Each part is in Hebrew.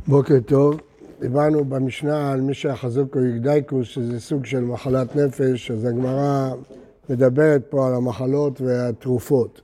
בוקר טוב, דיברנו במשנה על מי שהחזוק או יגדייקוס, שזה סוג של מחלת נפש, אז הגמרא מדברת פה על המחלות והתרופות.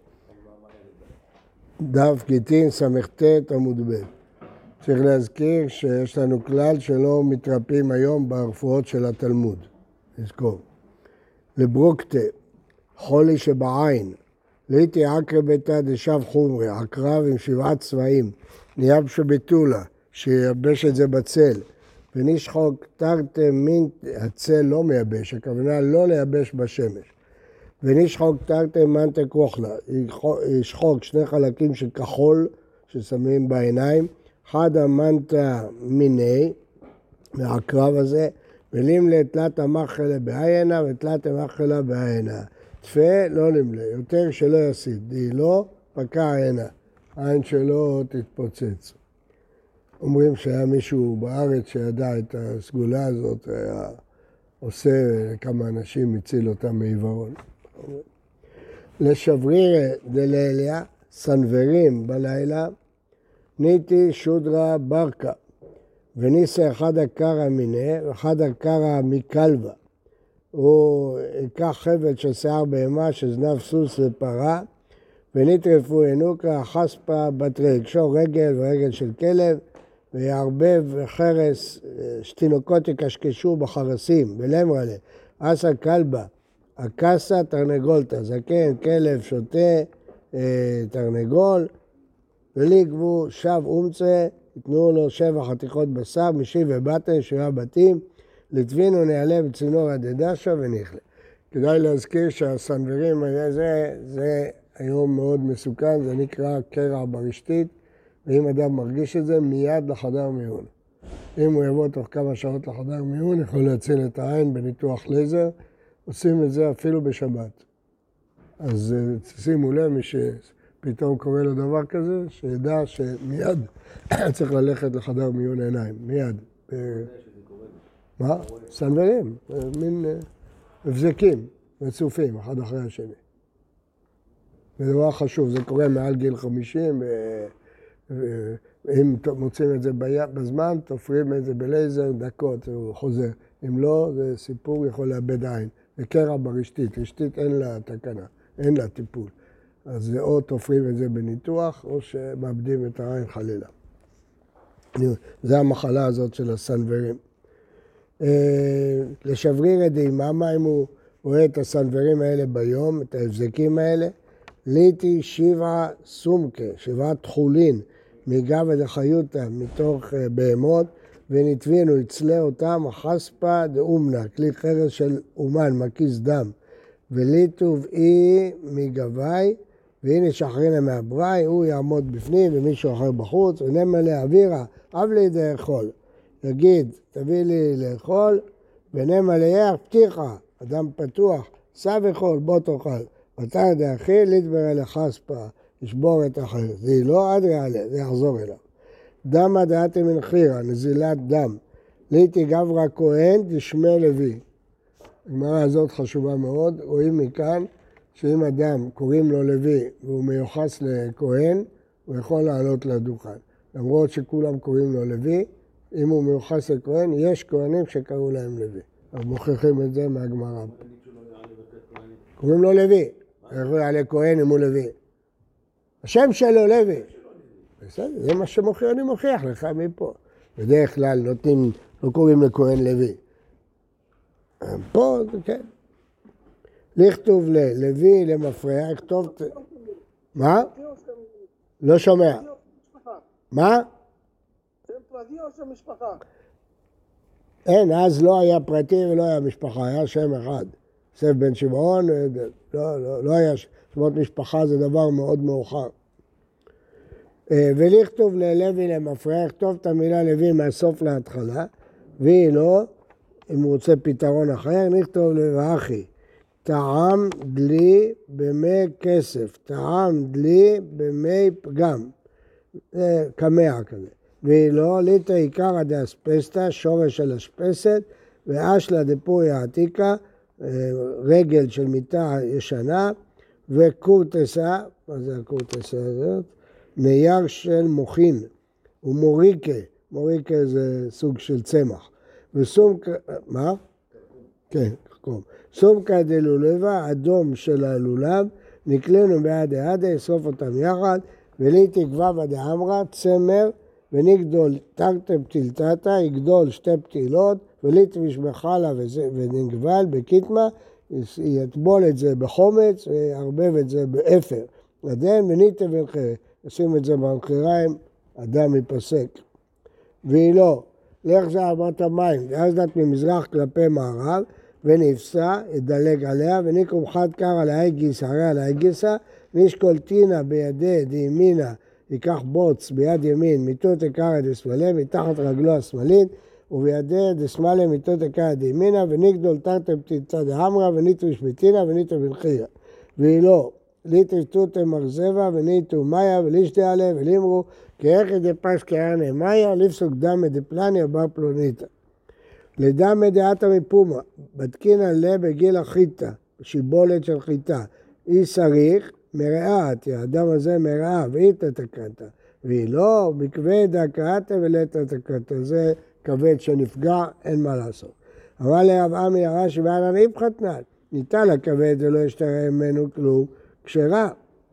דף גיטין סמ"ט עמוד ב'. צריך להזכיר שיש לנו כלל שלא מתרפאים היום ברפואות של התלמוד. נזכור. לברוקטה, חולי שבעין, ליתי עקרא ביתא דשב חומרי, עקרב עם 7 צבעים, ניאב שבתולה, שיבש את זה בצל, ונשחוק תרתי מין, הצל לא מייבש, הכוונה לא לייבש בשמש. ונשחוק תרתי מנטה כוחלה, ישחוק 2 חלקים של כחול ששמים בעיניים, אחד המנטה מיני, מהקרב הזה, ולימלה תלת המחלה בעיינה ותלת המחלה בעיינה. תפה לא לימלה, יותר שלא יסיד, די לא פקע עיינה, העין שלו תתפוצץ. אומרים שהיה מישהו בארץ שידע את הסגולה הזאת, היה עושה כמה אנשים, הציל אותם מעיוורון. לשבריר דליליה, סנוורים בלילה, ניתי שודרה ברקה, וניסה אחד הקרא מיני, ואחד הקרא מקלבה. הוא ייקח חבל של שיער בהמה, שזנב סוס ופרה, ונטרפו ינוקה, חספה בתרי, קשור רגל ורגל של כלב, ויערבב חרס, שתינוקות יקשקשו בחרסים, ולמרלה, אסה כלבה, הקסה תרנגולתה, זקן, כלב, שוטה, תרנגול, וליגבו שב אומצה, יתנו לו 7 חתיכות בשר, משיב ובטן, 7 בתים, לטבינו נעלה בצינור הדדשה ונכלה. כדאי להזכיר שהסנוורים זה היום מאוד מסוכן, זה נקרא קרע ברשתית, ואם אדם מרגיש את זה, מיד לחדר מיון. אם הוא יבוא תוך כמה שעות לחדר מיון, יכול להציל את העין בניתוח לייזר, עושים את זה אפילו בשבת. אז שימו לב, מי שפתאום קורה לו דבר כזה, שידע שמיד צריך ללכת לחדר מיון עיניים, מיד. מה? סנוורים, מין הבזקים רצופים, אחד אחרי השני. זה דבר חשוב, זה קורה מעל גיל 50, ואם מוצאים את זה בזמן, תופרים את זה בלייזר דקות, הוא חוזר. אם לא, זה סיפור יכול לאבד עין. זה קרע ברשתית, רשתית אין לה תקנה, אין לה טיפול. אז זה או תופרים את זה בניתוח, או שמאבדים את העין חלילה. זה המחלה הזאת של הסנוורים. לשבריר דאיממה, אם הוא רואה את הסנוורים האלה ביום, את ההבזקים האלה, ליתי 7 סומקה, 7 תחולין, מגב דחיותא, מתוך בהמות, ונטבינו, יצלה אותם, החספה דאומנה, כלי חרס של אומן, מקיס דם, וליטוב אי מגבי, והנה שחרינה מהברי, הוא יעמוד בפנים ומישהו אחר בחוץ, ונמה לאווירה, אב לי דאכול. יגיד, תביא לי לאכול, ונמה ליח פתיחה, אדם פתוח, סע ואכול, בוא תאכל. אתה דאכיל, ליטבר אל החספה, ישבור את החרס. זה לא עד יעלה, זה יחזור אליו. דמא דעתי מנחירה, נזילת דם. ליטי גברא כהן, תשמע לוי. הגמרא הזאת חשובה מאוד. רואים מכאן שאם אדם קוראים לו לוי והוא מיוחס לכהן, הוא יכול לעלות לדוכן. למרות שכולם קוראים לו לוי, אם הוא מיוחס לכהן, יש כהנים שקראו להם לוי. אז מוכיחים את זה מהגמרא. קוראים לו לוי. איך הוא יעלה כהן אם הוא לוי? השם שלו לוי. בסדר, זה מה שמוכיח, אני מוכיח לך מפה. בדרך כלל נותנים, לא קוראים לכהן לוי. פה, כן. לכתוב לוי, למפרע, כתוב... מה? לא שומע. מה? שם פרטי או שם משפחה? אין, אז לא היה פרטי ולא היה משפחה, היה שם אחד. יוסף בן שמעון, לא היה שמות משפחה, זה דבר מאוד מאוחר. ולכתוב ללוי למפרע, כתוב את המילה לוי מהסוף להתחלה, והיא לא, אם הוא רוצה פתרון אחר, נכתוב לבאחי, טעם דלי במי כסף, טעם דלי במי פגם, זה קמע כזה. והיא לא, ליטה עיקרא דאספסתא, שורש של אספסת, ואשלה דפורי העתיקה, רגל של מיטה ישנה, וקורטסה, מה זה הקורטסה הזאת? נייר של מוכין, ומוריקה, מוריקה זה סוג של צמח. וסומקה, מה? כן, קרקום. סומקה דלולבה, אדום של הלולב, נקלנו בעד העדה, ישרוף אותם יחד, ולי תקווה ודאמרה, צמר, ונגדול תרתם פתילתתה, יגדול שתי פתילות, וליטביש בחלה ונגבל בקיטמה, יטבול את זה בחומץ, ויערבב את זה באפר. עדן וניטה ונחרה, נשים את זה במחיריים, אדם ייפסק. והיא לא, לך זה ארבעת המים, ואז דת ממזרח כלפי מערב, ונפסה, ידלג עליה, וניקום חד קר על האגיס, הרי על האגיסה, וישקול טינה בידי דימינה, ייקח בוץ ביד ימין, מיתות עיקרא דשמאלי, מתחת רגלו השמאלית, ובידי דשמאלי מיתות עיקרא דימינה, ונגדול תרתם פתילתא דאמרא, וניטריש בטינה, וניטר בנחיה. והיא לא, ליטריש תותא מרזבה, וניטו מאיה, ולישתי עליה, ולימרו, כאיכי דפס כהרנה מאיה, לפסוק דמא דפלניה בר פלוניתא. לדמא דעתא מפומה, בדקינא לה בגיל החיטה, שיבולת של חיטה, אי צריך, מראה, האדם הזה מראה, והיא תתקנת. והיא לא, בכבד הקראת ולתא תקנת. זה כבד שנפגע, אין מה לעשות. אבל לאבעה מירה שבעלן איפחתנן, ניתן לכבד ולא ישתראה ממנו כלום, כשרה,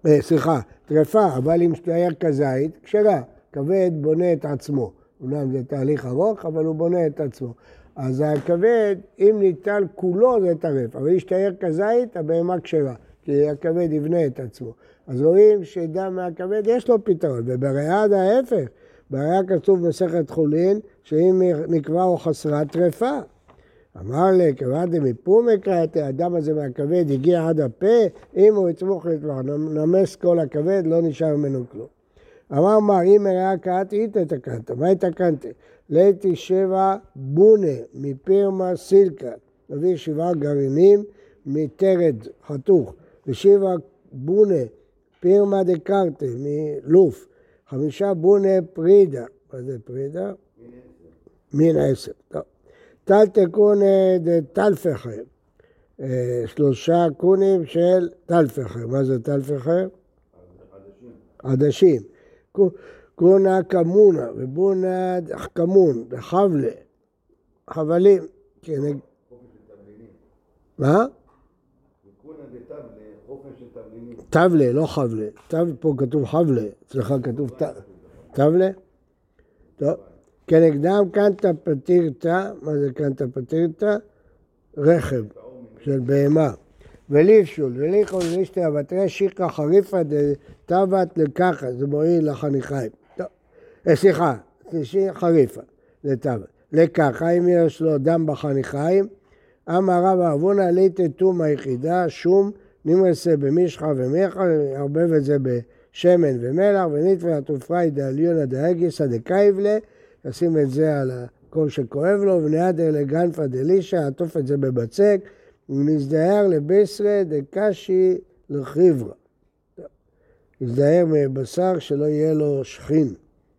טרפה, אבל אם שתייר כזית, כשרה. כבד בונה את עצמו. אומנם זה תהליך ארוך, אבל הוא בונה את עצמו. אז הכבד, אם ניתן כולו זה טרף, אבל אם שתייר כזית, הבהמה כשרה. כי הכבד יבנה את עצמו. אז רואים שדם מהכבד יש לו פתרון, ובריאה זה ההפך. בריאה כתוב במסכת חולין, שאם נקבע או חסרה טרפה. אמר לי, כבד מפומק, האדם הזה מהכבד הגיע עד הפה, אם הוא יצמוך לטבח, נמס כל הכבד, לא נשאר ממנו כלום. אמר מה, אם מראה קעת, היא תתקנת. מה התקנת? ליתי 7 בונה מפירמה סילקה, מביא 7 גרעינים מתרד חתוך. ו7 בונה פירמה דקרטה מלוף, 5 בונה פרידה, מה זה פרידה? מין 10. טל תקונה דתלפחר, 3 קונים של תלפחר, מה זה תלפחר? עדשים. קונה כמונה ובונה כמון וחבלה, חבלים. מה? תבלה, לא חבלה. פה כתוב חבלה, אצלך כתוב תבלה? טוב. כנגדם קנטה פתירתא, מה זה קנטה פתירתא? רכב של בהמה. וליפשול, וליכול ולישתיה, ותראה שיקרא חריפה דתבת לקחה, זה מועיל לחניכיים. טוב, סליחה, חריפה, דתבת. לקחה, אם יש לו דם בחניכיים, אמר רב אבונה ליטה תום היחידה, שום, נמרסה במשחה ומיכה, ערבב את זה בשמן ומלח, ונתווה התופרי דעליונה דהגיסא דקייבלה, נשים את זה על הכל שכואב לו, ונעדר לגנפה דלישה, עטוף את זה בבצק, ונזדהר לבשרה דקשי לחיברה. נזדהר מבשר שלא יהיה לו שכין.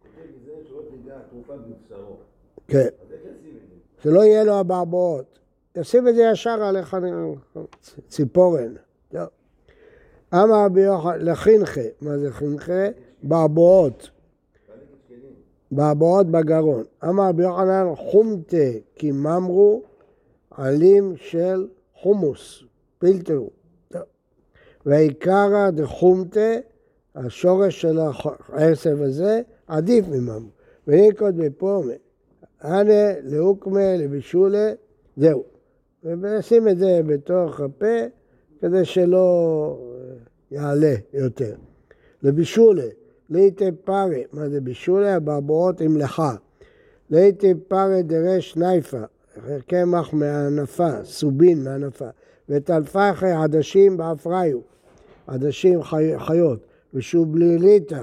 כן. שלא יהיה לו הבעבעות. תשים את זה ישר עליך ציפורן. אמר רבי יוחנן, לחינכה, מה זה חינכה? בעבעות. בעבעות בגרון. אמר רבי יוחנן, חומתה כי ממרו עלים של חומוס, פילטרו. והעיקרא דחומתה, השורש של העשב הזה, עדיף ממנו. וניקוד בפומה, הנה לאוקמה, לבישולה, זהו. ונשים את זה בתוך הפה, כדי שלא יעלה יותר. לבישולה, ליטי פרי, מה זה בישולה? הבעבועות עם לחה. ליטי פרי דרש נייפה, קמח מהענפה, סובין מהענפה. וטלפחי עדשים באפריו, עדשים חיות. ושובליליטה,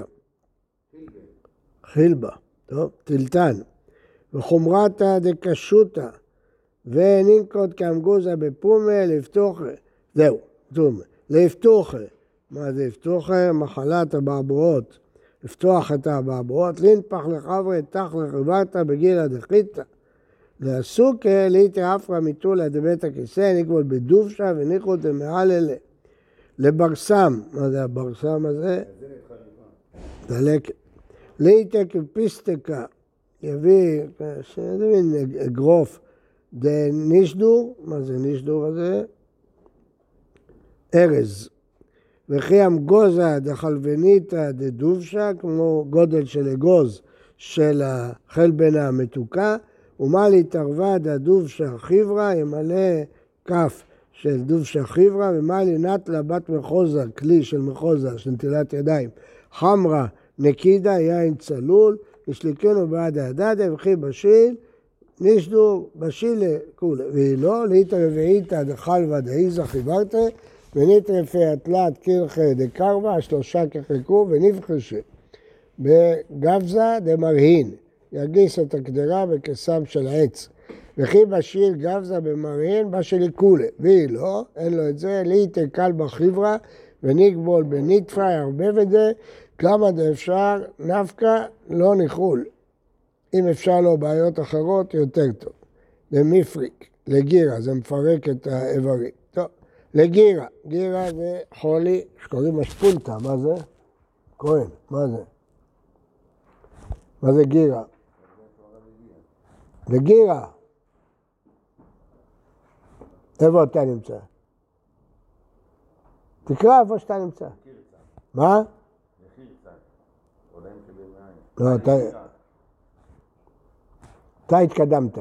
חילבה, טוב, טלטן. וחומרתה דקשוטה, ונינקוד כאמגוזה בפומה לפתוחה, זהו, תומה, לפתוחה. מה זה לפתוחה? מחלת הבעבועות. לפתוח את הבעבועות, לנפח לחברי, תח לחברתה בגילה דחיתה. לעסוקה ליטי אפרה מיטולה דבית הכיסא, נקבול בדובשה וניקוד דמעל אלה. לברסם, מה זה הברסם הזה? דלקת. ליטי כפיסטיקה, יביא, שזה מין אגרוף דנישדור, מה זה נישדור הזה? ארז. וכי המגוזה דחלבניתא דדובשה, כמו גודל של אגוז של החלבנה המתוקה, ומה להתערבה דדובשה חיברה, ימלא כף של דובשה חיברה, ומה לנטלה בת מחוזה, כלי של מחוזה, של נטילת ידיים, חמרה נקידה, יין צלול, נשליקנו בעד הדדה, וכי בשיל, נשדור בשיל כולה, והיא לא, ליתא רביעיתא דחלבה דאיזה חיברתא, ונטרפי התלת קרחה דקרבה, שלושה כחלקו ונבחשי. בגבזה דמרהין, יגיס את הקדרה בקסם של העץ. וכי בשיל גבזה במרהין בשלי כולה, והיא לא, אין לו את זה, ליתא קלבה חיברה, ונגבול בנטפה, ירבב את זה, כמה דאפשר, נפקא לא ניחול. אם אפשר לו בעיות אחרות, יותר טוב. למפריק, לגירה, זה מפרק את האיברים. טוב, לגירה, גירה זה חולי, שקוראים משפולטה, מה זה? כהן, מה זה? מה זה גירה? לגירה. איפה אתה נמצא? תקרא איפה שאתה נמצא. מה? לא, אתה התקדמת.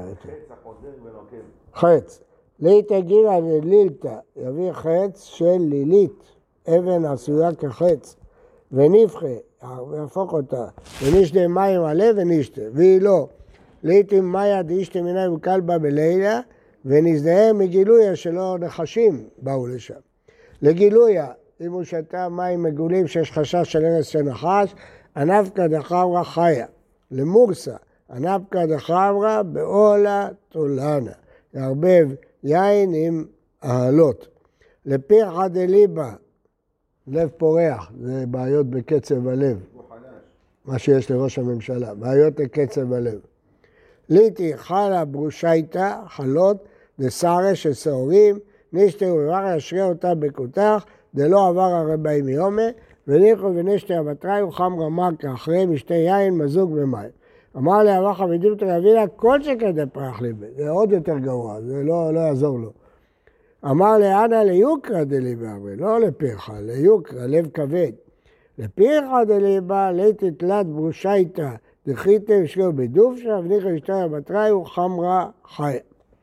חץ. ליתא גירא ללילתא, יביא חץ של לילית, אבן עשויה כחץ, ונפחה, ויהפוך אותה, ונשתה מים עליה ונשתה, והיא לא. ליתא מאיה דאישתא מיניה וכלבה בלילה, ונזדהה מגילויה שלא נחשים באו לשם. לגילויה, אם הוא שתה מים מגולים שיש חשש של הרס של נחש, הנפקא דחברא חיה. למורסה, הנפקא דחברא בעולה תולנה. לערבב יין עם אהלות. לפירחא דליבא, לב פורח, זה בעיות בקצב הלב. מה שיש לראש הממשלה, בעיות בקצב הלב. ליטי חלה ברושייתא, חלות, דסערה של שעורים, נשתה ובבר ישרה אותה בכותח, דלא עבר 40 יומה, וניחו ונשתה הבטראי וחמרה מרקה, אחרי משתה יין מזוג במים. אמר לי אבא חבידים תרבי לה כל שכדי פרח ליבה, זה עוד יותר גרוע, זה לא יעזור לו. אמר לי אנא ליוקרא דליבה, לא לפירחא, ליוקרא, לב כבד. לפירחא דליבה, ליתי תלת ברושייתא, דחיתם ושלו בדובשה, וניחו ישתה הבטראי וחמרה חיה.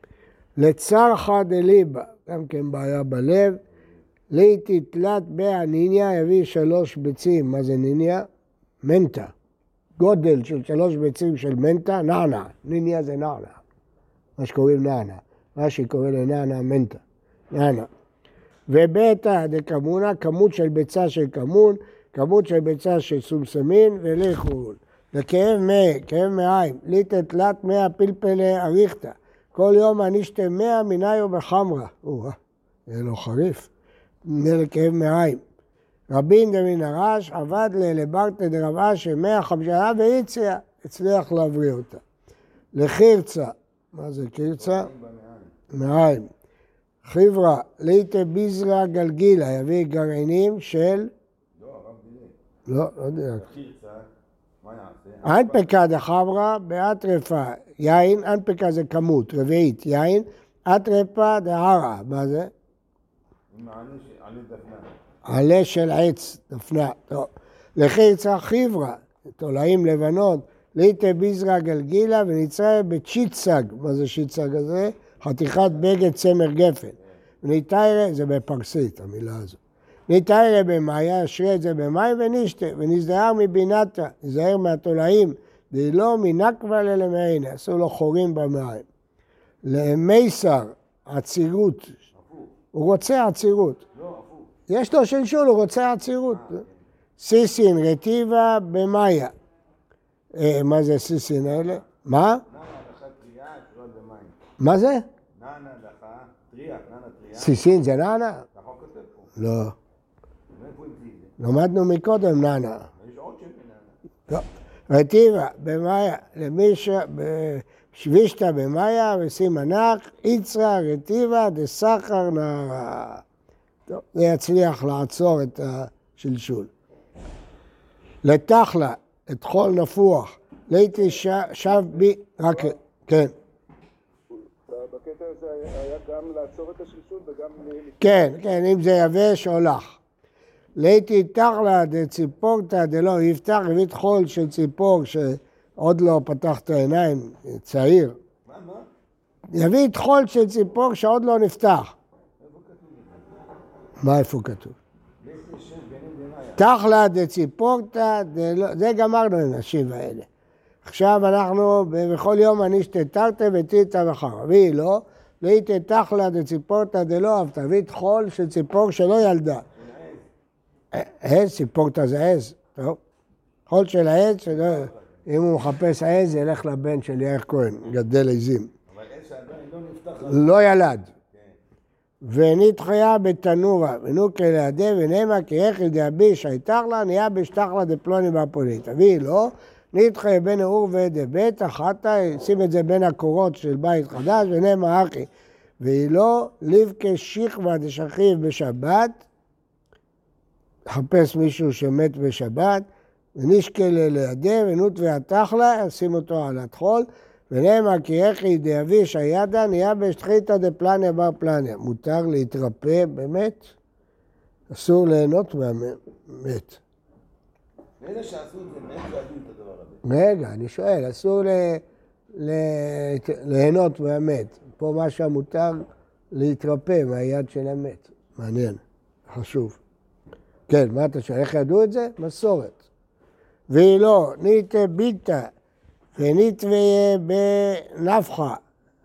לצרחא דליבה, גם כן בעיה בלב, ליתי תלת ביה ניניה, יביא 3 ביצים, מה זה ניניה? מנטה. גודל של 3 ביצים של מנטה, נענה. ניניה זה נענה. מה שקוראים נענה. מה שקורא לנענה מנטה. נענה. ובטא דקמונה, כמות של ביצה של כמון, כמות של ביצה של סומסמין ולחול. לכאב מעיים, ליטא תלת 100 פלפלי אריכתא. כל יום נשתה 100 מניו בחמרה. זה לא חריף. זה לכאב מעיים. רבין דמין הרש עבד לברטה דרב אשר 150 והציע, הצליח להבריא אותה. לחירצה, מה זה חירצה? מעיים. חיברה, ליטא ביזרא גלגילה, יביא גרעינים של... לא יודע. אנפקה דחברא באטרפה, יין, אנפקה זה כמות, רביעית, יין, אטרפה דהרה, מה זה? עלה של עץ, דפנה, טוב. לחירצה חיברה, תולעים לבנות, ליטא ביזרא גלגילה וניצרה בצ'יצג, מה זה צ'יצג הזה? חתיכת בגד צמר גפן. וניתאירה, זה בפרסית המילה הזו. ניתאירה במאיה, ישרה את זה במים ונשתה, ונזדהר מבינתה, נזדהר מהתולעים, ולא מנקבה ללמעינה, עשו לו חורים במים. למיסר, עצירות, הוא רוצה עצירות. יש לו שלשול, הוא רוצה עצירות. סיסין, רטיבה, במאיה. מה זה סיסין האלה? מה? מה זה? נענה דחה, טריה, נענה טריה. סיסין זה נענה? נכון כותב פה. לא. מאיפה המציא את זה? למדנו מקודם נענה. יש עוד שם מנענה. לא. רטיבה, במאיה, למישה, שבישתה במאיה וסימנך, איצרה, רטיבה, דסחר נערה. טוב, זה יצליח לעצור את השלשול. לתחלה, את חול נפוח, ליתי שב בי, רק, כן. בקטע הזה היה גם לעצור את השלשול וגם... כן, כן, אם זה יבש או לח. ליתי תחלה דציפורתא דלא יפתח, הביא חול של ציפור שעוד לא פתח את העיניים, צעיר. מה? יביא חול של ציפור שעוד לא נפתח. מה איפה כתוב? תחלה דציפורתא דלא, זה גמרנו עם השיב האלה. עכשיו אנחנו, בכל יום אני שתתרתי ותיתא וחרא. והיא לא, ליתי תחלה דציפורתא דלא אהבת, הביא חול של ציפור שלא ילדה. עז, ציפורתא זה עז, טוב. חול של העז, אם הוא מחפש העז, ילך לבן של יאיר כהן, גדל עזים. אבל עז שעדיין לא נפתח... לא ילד. ונתחיה בתנורה, ונוקה לידי, ונאמר כי יחל דאביש הייתך לה, נהיה בשתחלה דפלוני באפוליטה. והיא לא, נתחיה בין האור ודבית, אחתה, שים את זה בין הקורות של בית חדש, ונאמר אחי. והיא לא, לבקה שכבה דשכיב בשבת, חפש מישהו שמת בשבת, ונשקל לידי, ונות והתחלה, שים אותו על התחול, ונאמר כי יחי דאביש הידה, נהיה בשתחיתא דפלניה בר פלניה. מותר להתרפא באמת? אסור ליהנות מהמת. אלה שעשו את זה, מאיפה ידעו את הדבר הזה? רגע, אני שואל, אסור ליהנות מהמת. פה מה שמותר להתרפא מהיד של המת. מעניין, חשוב. כן, מה אתה שואל? איך ידעו את זה? מסורת. והיא לא, ניתא ביתא, וניתוויה בנפחה.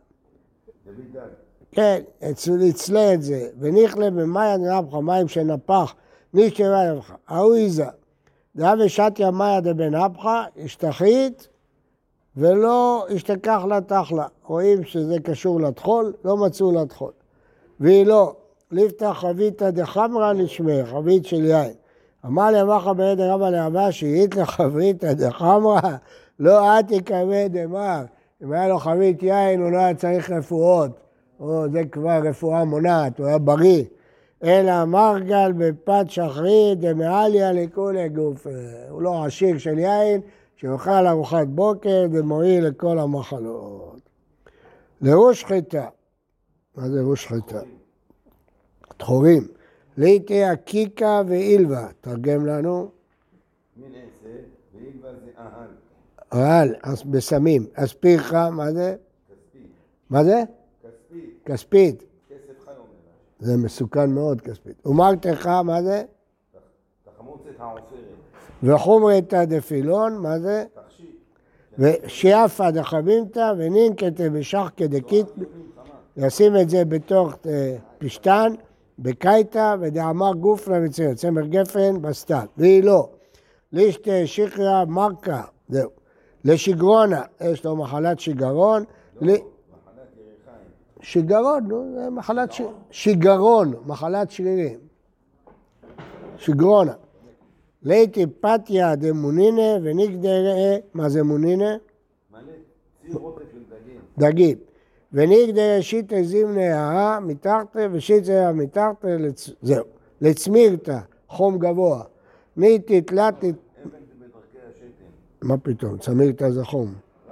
כן, אצלה את זה. ונכלה במאיה דנפחה, מים שנפח, נשכבה נפחה. האויזה, דאבי שתיה מאיה דבנפחה, השתחית, ולא השתכח לתחלה. רואים שזה קשור לתחול, לא מצאו לתחול. והיא לא, לפתח חביתא דחמרא לשמי, חבית של יין. אמר למחה ביד רבא לאבא שהיית לחביתא דחמרא, לא את יקווה דמר. אם היה לו חבית יין, הוא לא היה צריך רפואות. זה כבר רפואה מונעת, הוא היה בריא. אלא מרגל בפת שחרית דמעליה לכולי גוף. הוא לא עשיר של יין, שאוכל ארוחת בוקר ומועיל לכל המחלות. לראש חיטה. מה זה ראש חיטה? תחורים. ליתי הקיקה ואילבה. תרגם לנו. מין עשב, ואילבה זה אהל. אהל, אז בסמים. אספירך, מה זה? כספית. מה זה? כספית. כספית. כסף חי אומר. זה מסוכן מאוד כספית. ומרתך, מה זה? תחמוצת העופרת. וחומרתא דפילון, מה זה? תכשיט. ושיאפה דחבימתא ונינקתא בשחקא דקית. ישים את זה בתוך פשטן, בקייטה, ודאמר גופנה וציון, צמר גפן בסתן. והיא לא. לישתה שכריה מרקה, זהו. לשגרונה, יש לו מחלת שיגרון. מחלת ירחיים. שיגרון, נו, זה מחלת שיגרון, מחלת שרירים. שיגרונה. ליתי פתיה דמונינה ונגדרה, מה זה מונינה? מלא ציר רוטף של דגים. דגים. ונגדרה שיטה זימנה ההה מתחת ושיטה מתחת, זהו. לצמירתא, חום גבוה. ניתי תלתית. אבן זה בדרכי השתן. מה פתאום? צמירתא זה חום.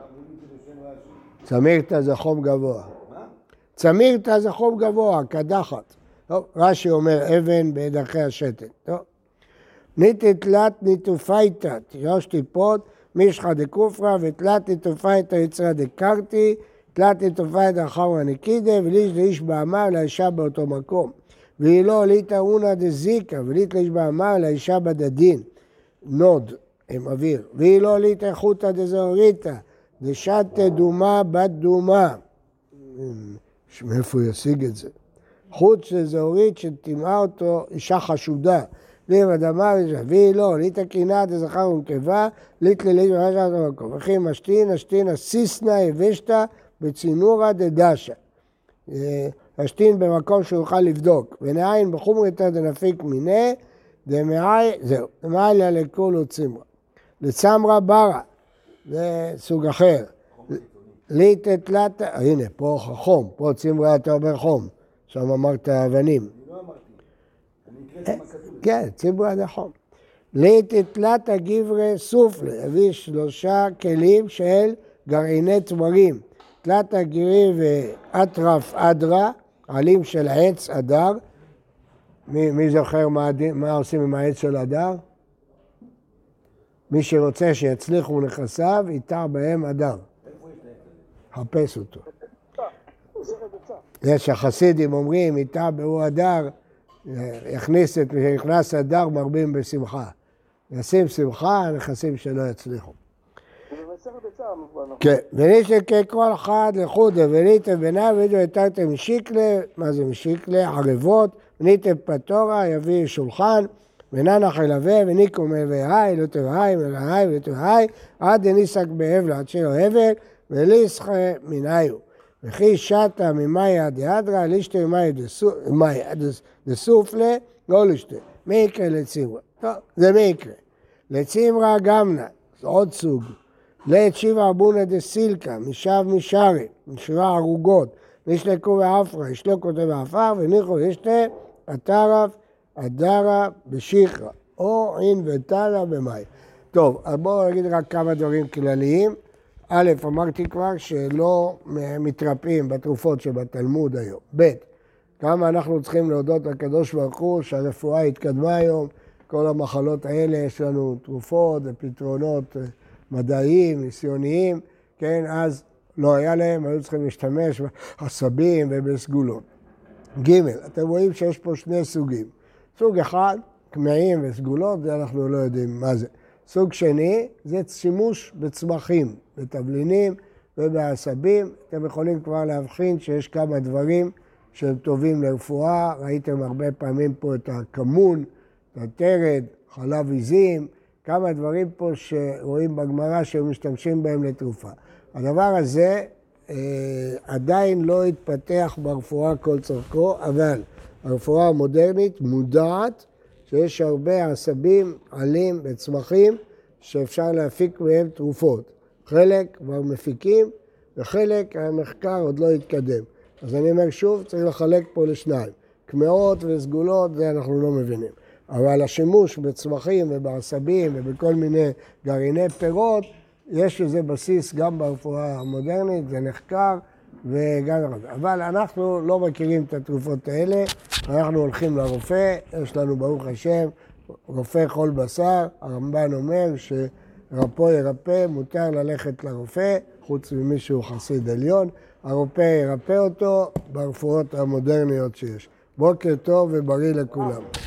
צמירתא זה חום גבוה. מה? צמירתא זה חום גבוה, קדחת. טוב, רש"י אומר אבן בדרכי השתן. טוב. ניתי תלת ניתופייתא, 3 טיפות, מישחא דקופרא ותלת ניתופייתא יצרא דקרתי, תלת ניתופייתא חמרא נקידה וליש לאיש באמר לאישה באותו מקום. והיא לא ליתא אונא דזיקה וליט לאיש באמר לאישה בדדין, נוד עם אוויר. והיא לא ליתא חותא דזהוריתא, דשתא דומה בת דומה. מאיפה הוא ישיג את זה? חוט של זהורית שטימאה אותו אישה חשודה. ליב אדמה והיא לא, ליתא קינה דזכר ונקבה, ליט לליט ורשת המקום. וכי משתין סיסנה יבשתא בצינורא דדשא. השתין במקום שיוכל לבדוק. ונעין בחומרתא דנפיק מיניה, זהו, דמעליה לכולו צימרא. לצמרא ברא, זה סוג אחר. ליתא תלתא, הנה, פה חום, פה צימרא אתה אומר חום. שם אמרת אבנים. אני לא אמרתי. אני הקראתי מה כתוב. כן, צימרא זה חום. לתתלת הגברי סופלי, הביא 3 כלים של גרעיני תמרים. תלת הגרי ואטרף אדרה, עלים של עץ אדר. מי זוכר מה עושים עם העץ של אדר? מי שרוצה שיצליחו נכסיו, יטע בהם אדר. חפש אותו. יש החסידים אומרים, יטע בהו אדר, נכנס אדר מרבים בשמחה. ישים שמחה, נכסים שלא יצליחו. כן, ונשקה כל אחד לחודה, וניתם בנה וידו יתרתם משיקלה, מה זה משיקלה? ערבות, וניתם פטורה, יביא שולחן, וננח ילווה, וניקו מלווה, לא תבהי, מלווה, ולא תבהי, עד דניסק בהבל, עד שלו הבל, וליסחה מנהיו. וכי שתה ממאי דהדרה, לישתה ממאי דסופלה, לא לישתה. מי יקרה לצימרה? טוב, זה מי יקרה. לצימרה גמנה, זה עוד סוג. לית שיבה אבונה דסילקה, משב משרי, משרה ערוגות, נשלקו באפרה, ישלוקו אותו באפר, וניחו ישתה, עטרף, עדרה בשיחרה, או עין וטלה במאי. טוב, אז בואו נגיד רק כמה דברים כלליים. א', אמרתי כבר שלא מתרפאים בתרופות שבתלמוד היום. ב', כמה אנחנו צריכים להודות לקדוש ברוך הוא שהרפואה התקדמה היום, כל המחלות האלה יש לנו תרופות ופתרונות מדעיים, ניסיוניים, כן, אז לא היה להם, היו צריכים להשתמש בעשבים ובסגולות. ג', אתם רואים שיש פה 2 סוגים. סוג אחד, קמעים וסגולות, זה אנחנו לא יודעים מה זה. סוג שני, זה שימוש בצמחים, בתבלינים ובעשבים. אתם יכולים כבר להבחין שיש כמה דברים שהם טובים לרפואה. ראיתם הרבה פעמים פה את הכמון, את הטרד, חלב עיזים, כמה דברים פה שרואים בגמרא שהם משתמשים בהם לתרופה. הדבר הזה עדיין לא התפתח ברפואה כל צורכו, אבל הרפואה המודרנית מודעת שיש הרבה עשבים, עלים וצמחים שאפשר להפיק מהם תרופות. חלק כבר מפיקים וחלק המחקר עוד לא התקדם. אז אני אומר שוב, צריך לחלק פה לשניים. קמעות וסגולות זה אנחנו לא מבינים. אבל השימוש בצמחים ובעשבים ובכל מיני גרעיני פירות, יש לזה בסיס גם ברפואה המודרנית, זה נחקר וגם... אבל אנחנו לא מכירים את התרופות האלה, אנחנו הולכים לרופא, יש לנו ברוך השם, רופא כל בשר, הרמב"ן אומר שרפו ירפא, מותר ללכת לרופא, חוץ ממישהו חסיד עליון, הרופא ירפא אותו ברפואות המודרניות שיש. בוקר טוב ובריא לכולם.